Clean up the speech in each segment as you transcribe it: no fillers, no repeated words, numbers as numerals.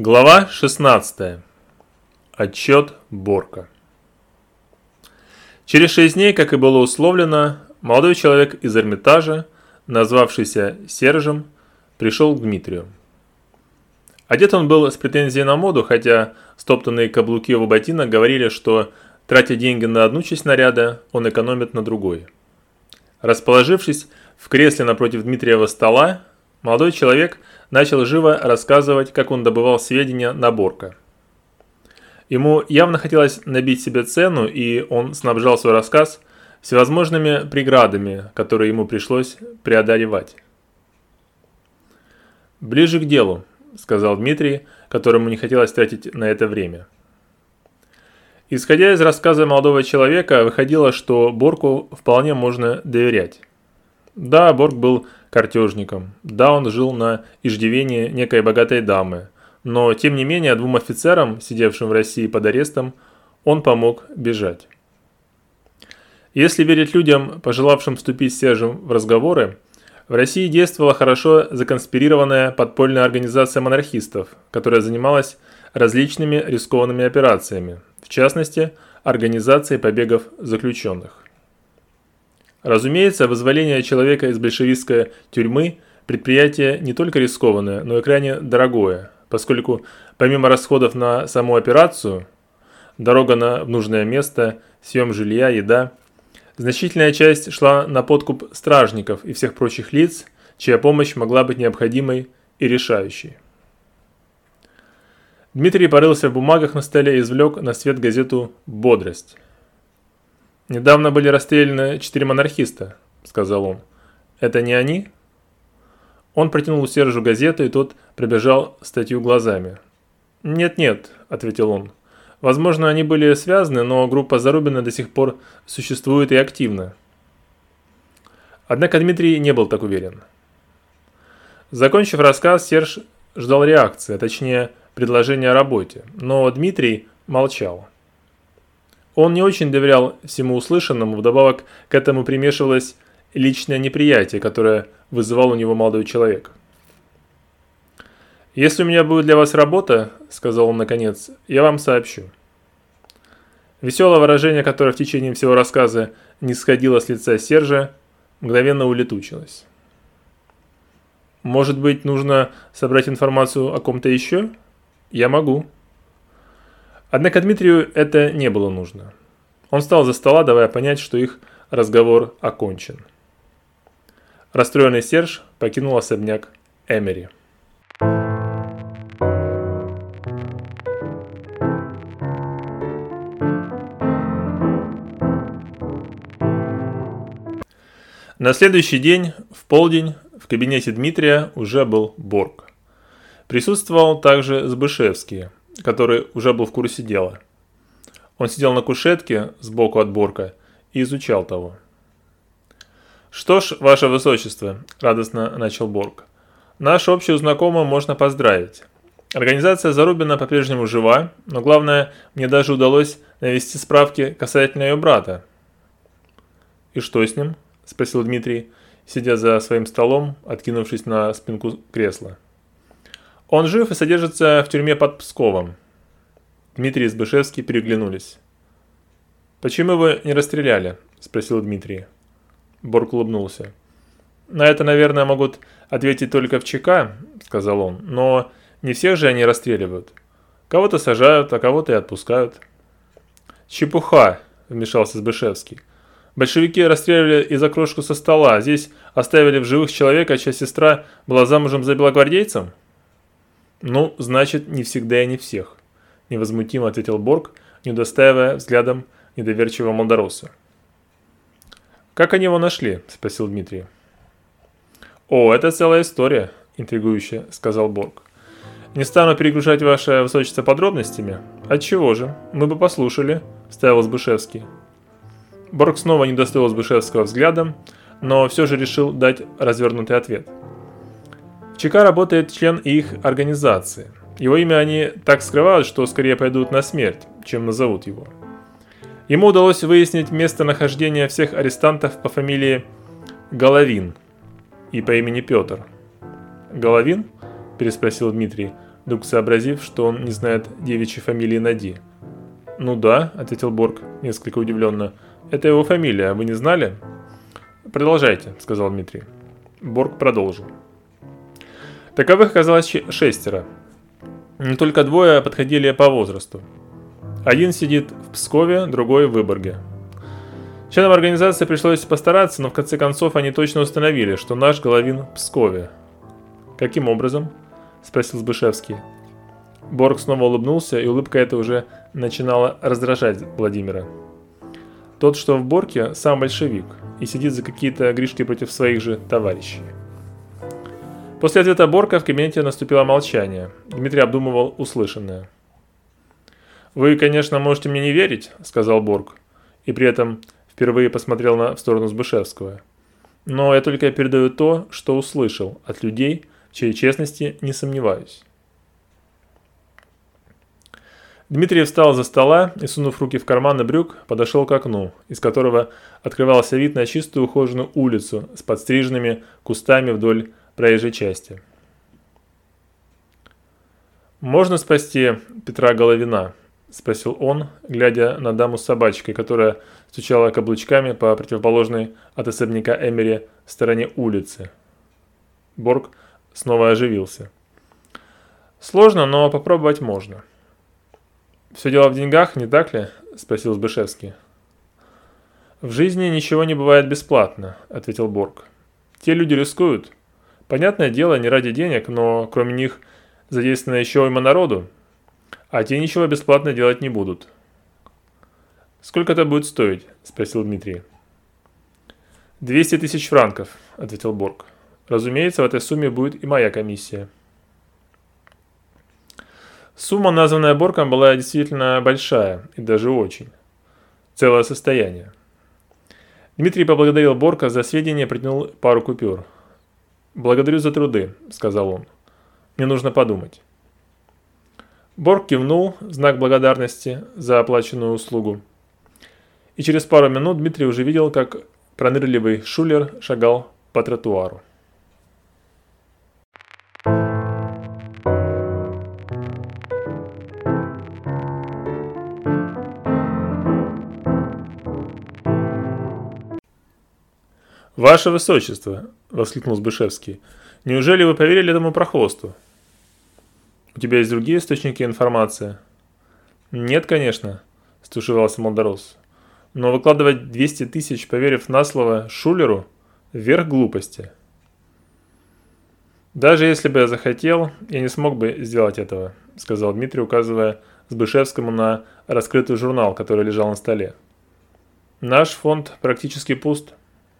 Глава 16. Отчет Борка. Через 6 дней, как и было условлено, молодой человек из Эрмитажа, назвавшийся Сержем, пришел к Дмитрию. Одет он был с претензией на моду, хотя стоптанные каблуки его ботинок говорили, что, тратя деньги на одну часть наряда, он экономит на другой. Расположившись в кресле напротив Дмитриева стола, молодой человек начал живо рассказывать, как он добывал сведения на Борка. Ему явно хотелось набить себе цену, и он снабжал свой рассказ всевозможными преградами, которые ему пришлось преодолевать. «Ближе к делу», – сказал Дмитрий, которому не хотелось тратить на это время. Исходя из рассказа молодого человека, выходило, что Борку вполне можно доверять. Да, Борк был картежником, да, он жил на иждивении некой богатой дамы, но тем не менее двум офицерам, сидевшим в России под арестом, он помог бежать. Если верить людям, пожелавшим вступить с Сержем в разговоры, в России действовала хорошо законспирированная подпольная организация монархистов, которая занималась различными рискованными операциями, в частности, организацией побегов заключенных. Разумеется, вызволение человека из большевистской тюрьмы – предприятие не только рискованное, но и крайне дорогое, поскольку помимо расходов на саму операцию – дорога в нужное место, съем жилья, еда – значительная часть шла на подкуп стражников и всех прочих лиц, чья помощь могла быть необходимой и решающей. Дмитрий порылся в бумагах на столе и извлек на свет газету «Бодрость». «Недавно были расстреляны 4 монархиста», – сказал он. «Это не они?» Он протянул Сержу газету, и тот пробежал статью глазами. «Нет-нет», – ответил он. «Возможно, они были связаны, но группа Зарубина до сих пор существует и активна». Однако Дмитрий не был так уверен. Закончив рассказ, Серж ждал реакции, а точнее предложения о работе, но Дмитрий молчал. Он не очень доверял всему услышанному, вдобавок к этому примешивалось личное неприятие, которое вызывал у него молодой человек. «Если у меня будет для вас работа, – сказал он наконец, – я вам сообщу». Веселое выражение, которое в течение всего рассказа не сходило с лица Сержа, мгновенно улетучилось. «Может быть, нужно собрать информацию о ком-то еще? Я могу». Однако Дмитрию это не было нужно. Он встал за стола, давая понять, что их разговор окончен. Расстроенный Серж покинул особняк Эмери. На следующий день, в полдень, в кабинете Дмитрия уже был Борк. Присутствовал также Збышевский, который уже был в курсе дела. Он сидел на кушетке сбоку от Борка и изучал того. «Что ж, ваше высочество», – радостно начал Борк, – «нашу общую знакомую можно поздравить. Организация Зарубина по-прежнему жива, но главное, мне даже удалось навести справки касательно ее брата». «И что с ним?» – спросил Дмитрий, сидя за своим столом, откинувшись на спинку кресла. «Он жив и содержится в тюрьме под Псковом». Дмитрий и Збышевский переглянулись. «Почему вы не расстреляли?» – спросил Дмитрий. Борк улыбнулся. «На это, наверное, могут ответить только в ЧК», – сказал он, – «но не всех же они расстреливают. Кого-то сажают, а кого-то и отпускают». «Чепуха», – вмешался Збышевский. «Большевики расстреливали из-за крошку со стола, здесь оставили в живых человека, чья сестра была замужем за белогвардейцем?» «Ну, значит, не всегда и не всех», – невозмутимо ответил Борк, не удостаивая взглядом недоверчивого молодоросса. «Как они его нашли?» – спросил Дмитрий. «О, это целая история», – интригующе сказал Борк. «Не стану перегружать ваше высочество подробностями. Отчего же? Мы бы послушали», – вставил Збышевский. Борк снова не удостоил Збышевского взглядом, но все же решил дать развернутый ответ. В ЧК работает член их организации. Его имя они так скрывают, что скорее пойдут на смерть, чем назовут его. Ему удалось выяснить местонахождение всех арестантов по фамилии Головин и по имени Петр. «Головин?» – переспросил Дмитрий. вдруг сообразив, что он не знает девичьей фамилии Нади. «Ну да», — ответил Борг, несколько удивленно. «Это его фамилия, вы не знали?» «Продолжайте», — сказал Дмитрий. Борг продолжил. Таковых оказалось 6. Но только 2 подходили по возрасту. Один сидит в Пскове, другой в Выборге. Членам организации пришлось постараться, но в конце концов они точно установили, что наш Головин в Пскове. «Каким образом?» – спросил Збышевский. Борг снова улыбнулся, и улыбка эта уже начинала раздражать Владимира. Тот, что в Борке, сам большевик, и сидит за какие-то грешки против своих же товарищей. После ответа Борка в кабинете наступило молчание. Дмитрий обдумывал услышанное. «Вы, конечно, можете мне не верить», — сказал Борг, и при этом впервые посмотрел в сторону Збышевского. «Но я только передаю то, что услышал от людей, в чьей честности не сомневаюсь». Дмитрий встал за стола и, сунув руки в карманы брюк, подошел к окну, из которого открывался вид на чистую ухоженную улицу с подстриженными кустами вдоль проезжей части. «Можно спасти Петра Головина?» – спросил он, глядя на даму с собачкой, которая стучала каблучками по противоположной от особняка Эмери стороне улицы. Борг снова оживился. «Сложно, но попробовать можно». «Все дело в деньгах, не так ли?» – спросил Збышевский. «В жизни ничего не бывает бесплатно», – ответил Борг. «Те люди рискуют. Понятное дело, не ради денег, но кроме них задействовано еще уйма народу, а те ничего бесплатно делать не будут». «Сколько это будет стоить?» – спросил Дмитрий. 200 000 франков», – ответил Борг. «Разумеется, в этой сумме будет и моя комиссия». Сумма, названная Боргом, была действительно большая, и даже очень. Целое состояние. Дмитрий поблагодарил Борга за сведения и протянул пару купюр. «Благодарю за труды», — сказал он. «Мне нужно подумать». Борг кивнул в знак благодарности за оплаченную услугу. И через пару минут Дмитрий уже видел, как пронырливый шулер шагал по тротуару. «Ваше Высочество!» – воскликнул Збышевский. «Неужели вы поверили этому прохвосту?» «У тебя есть другие источники информации?» «Нет, конечно», – стушевался Молдорос. «Но выкладывать 200 000, поверив на слово шулеру, верх глупости». «Даже если бы я захотел, я не смог бы сделать этого», – сказал Дмитрий, указывая Збышевскому на раскрытый журнал, который лежал на столе. «Наш фонд практически пуст».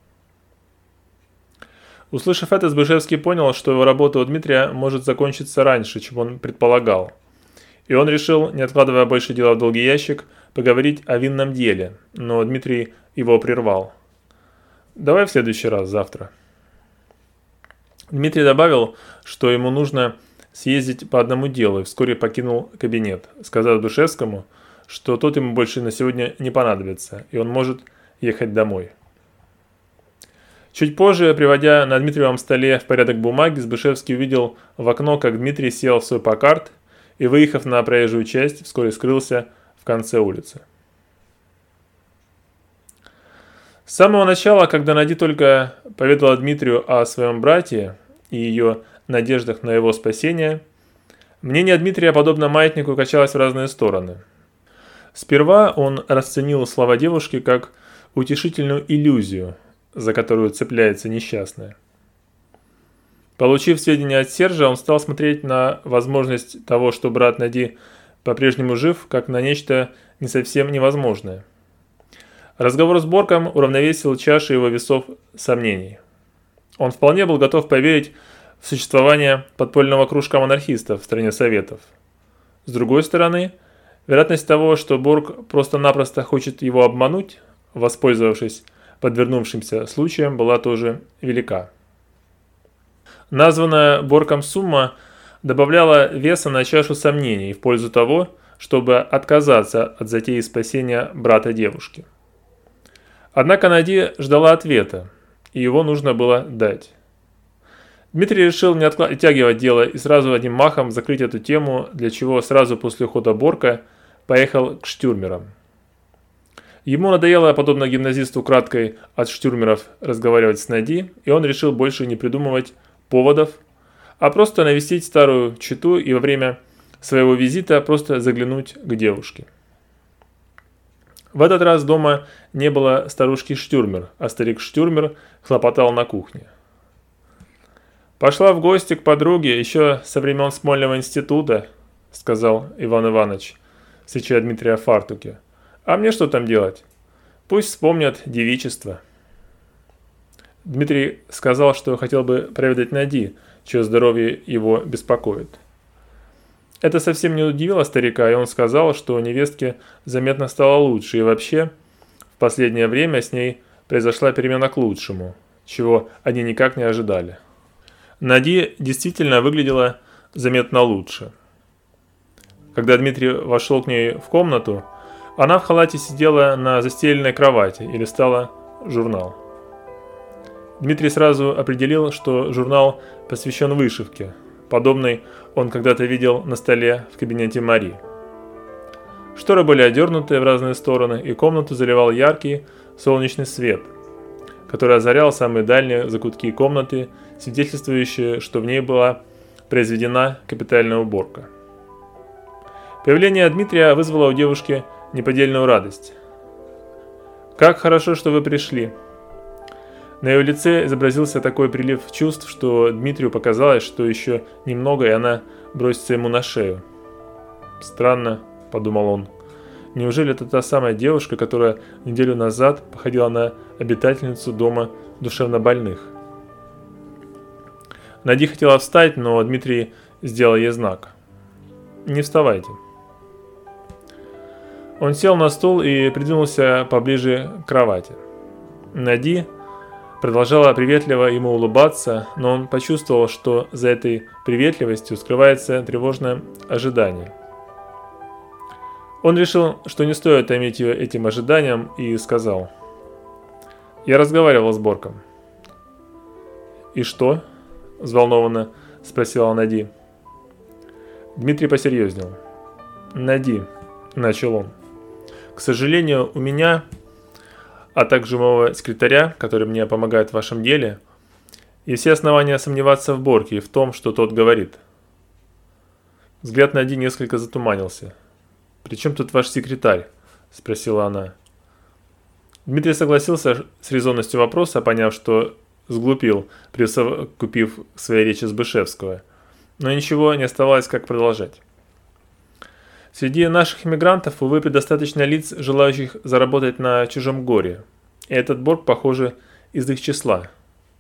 Услышав это, Збышевский понял, что его работа у Дмитрия может закончиться раньше, чем он предполагал. И он решил, не откладывая больше дела в долгий ящик, поговорить о винном деле, но Дмитрий его прервал. «Давай в следующий раз, завтра». Дмитрий добавил, что ему нужно съездить по одному делу, и вскоре покинул кабинет, сказав Збышевскому, что тот ему больше на сегодня не понадобится, и он может ехать домой. Чуть позже, приводя на Дмитриевом столе в порядок бумаги, Збышевский увидел в окно, как Дмитрий сел в свой Паккарт и, выехав на проезжую часть, вскоре скрылся в конце улицы. С самого начала, когда Нади только поведала Дмитрию о своем брате и ее надеждах на его спасение, мнение Дмитрия, подобно маятнику, качалось в разные стороны. Сперва он расценил слова девушки как утешительную иллюзию, за которую цепляется несчастная. Получив сведения от Сержа, он стал смотреть на возможность того, что брат Нади по-прежнему жив, как на нечто не совсем невозможное. Разговор с Боргом уравновесил чаши его весов сомнений. Он вполне был готов поверить в существование подпольного кружка монархистов в стране Советов. С другой стороны, вероятность того, что Борг просто-напросто хочет его обмануть, воспользовавшись подвернувшимся случаем, была тоже велика. Названная Боргом сумма добавляла веса на чашу сомнений в пользу того, чтобы отказаться от затеи спасения брата девушки. Однако Нади ждала ответа, и его нужно было дать. Дмитрий решил не оттягивать дело и сразу одним махом закрыть эту тему, для чего сразу после ухода Борка поехал к штюрмерам. Ему надоело, подобно гимназисту, краткой от штюрмеров разговаривать с Нади, и он решил больше не придумывать поводов, а просто навестить старую чету и во время своего визита просто заглянуть к девушке. В этот раз дома не было старушки Штюрмер, а старик Штюрмер хлопотал на кухне. «Пошла в гости к подруге еще со времен Смольного института», — сказал Иван Иванович, встречая Дмитрия в фартуке. «А мне что там делать? Пусть вспомнят девичество». Дмитрий сказал, что хотел бы проведать Нади, чье здоровье его беспокоит. Это совсем не удивило старика, и он сказал, что невестке заметно стало лучше, и вообще в последнее время с ней произошла перемена к лучшему, чего они никак не ожидали. Нади действительно выглядела заметно лучше. Когда Дмитрий вошел к ней в комнату, она в халате сидела на застеленной кровати и листала журнал. Дмитрий сразу определил, что журнал посвящен вышивке. Подобный он когда-то видел на столе в кабинете Мари. Шторы были одернуты в разные стороны, и комнату заливал яркий солнечный свет, который озарял самые дальние закутки комнаты, свидетельствующие, что в ней была произведена капитальная уборка. Появление Дмитрия вызвало у девушки неподдельную радость. «Как хорошо, что вы пришли!» На ее лице изобразился такой прилив чувств, что Дмитрию показалось, что еще немного, и она бросится ему на шею. «Странно», — подумал он, — «неужели это та самая девушка, которая неделю назад походила на обитательницу дома душевнобольных?» Нади хотела встать, но Дмитрий сделал ей знак. «Не вставайте». Он сел на стул и придвинулся поближе к кровати. Нади продолжала приветливо ему улыбаться, но он почувствовал, что за этой приветливостью скрывается тревожное ожидание. Он решил, что не стоит томить ее этим ожиданием, и сказал: «Я разговаривал с Борком». «И что?» – взволнованно спросила Нади. Дмитрий посерьезнел. «Нади», – начал он, – «к сожалению, у меня, а также моего секретаря, который мне помогает в вашем деле, и все основания сомневаться в Борке и в том, что тот говорит». Взгляд Нади несколько затуманился. «При чем тут ваш секретарь?» – спросила она. Дмитрий согласился с резонностью вопроса, поняв, что сглупил, присовокупив к своей речи Сбышевского, но ничего не оставалось, как продолжать. «Среди наших иммигрантов, увы, предостаточно лиц, желающих заработать на чужом горе, и этот Борг, похоже, из их числа».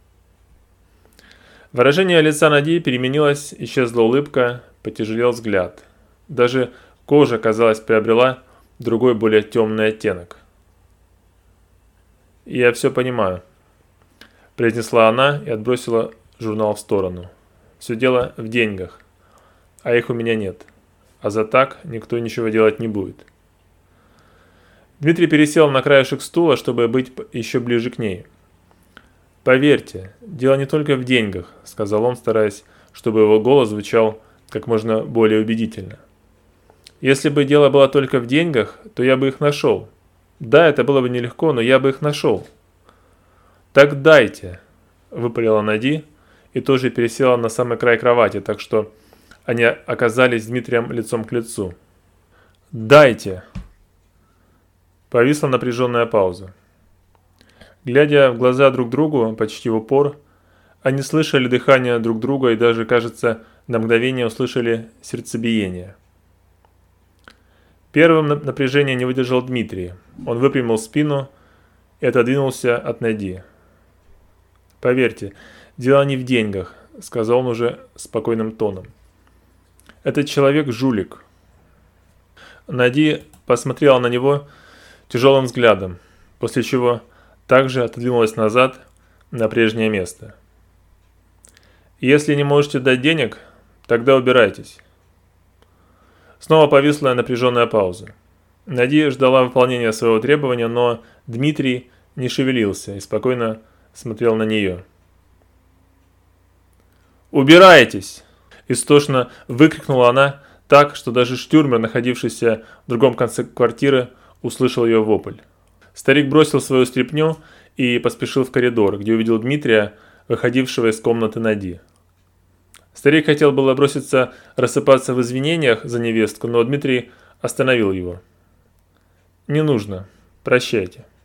Выражение лица Нади переменилось, исчезла улыбка, потяжелел взгляд. Даже кожа, казалось, приобрела другой, более темный оттенок. «Я все понимаю», – произнесла она и отбросила журнал в сторону. «Все дело в деньгах, а их у меня нет. А за так никто ничего делать не будет». Дмитрий пересел на краешек стула, чтобы быть еще ближе к ней. «Поверьте, дело не только в деньгах», – сказал он, стараясь, чтобы его голос звучал как можно более убедительно. «Если бы дело было только в деньгах, то я бы их нашел. Да, это было бы нелегко, но я бы их нашел». «Так дайте», – выпалила Нади и тоже пересела на самый край кровати, так что они оказались с Дмитрием лицом к лицу. «Дайте!» Повисла напряженная пауза. Глядя в глаза друг другу почти в упор, они слышали дыхание друг друга и даже, кажется, на мгновение услышали сердцебиение. Первым напряжение не выдержал Дмитрий. Он выпрямил спину и отодвинулся от Нади. «Поверьте, дело не в деньгах», — сказал он уже спокойным тоном. «Этот человек жулик». Нади посмотрела на него тяжелым взглядом, после чего также отодвинулась назад на прежнее место. «Если не можете дать денег, тогда убирайтесь». Снова повисла напряженная пауза. Нади ждала выполнения своего требования, но Дмитрий не шевелился и спокойно смотрел на нее. «Убирайтесь!» – истошно выкрикнула она так, что даже Штюрмер, находившийся в другом конце квартиры, услышал ее вопль. Старик бросил свою стряпню и поспешил в коридор, где увидел Дмитрия, выходившего из комнаты Нади. Старик хотел было броситься рассыпаться в извинениях за невестку, но Дмитрий остановил его. «Не нужно. Прощайте».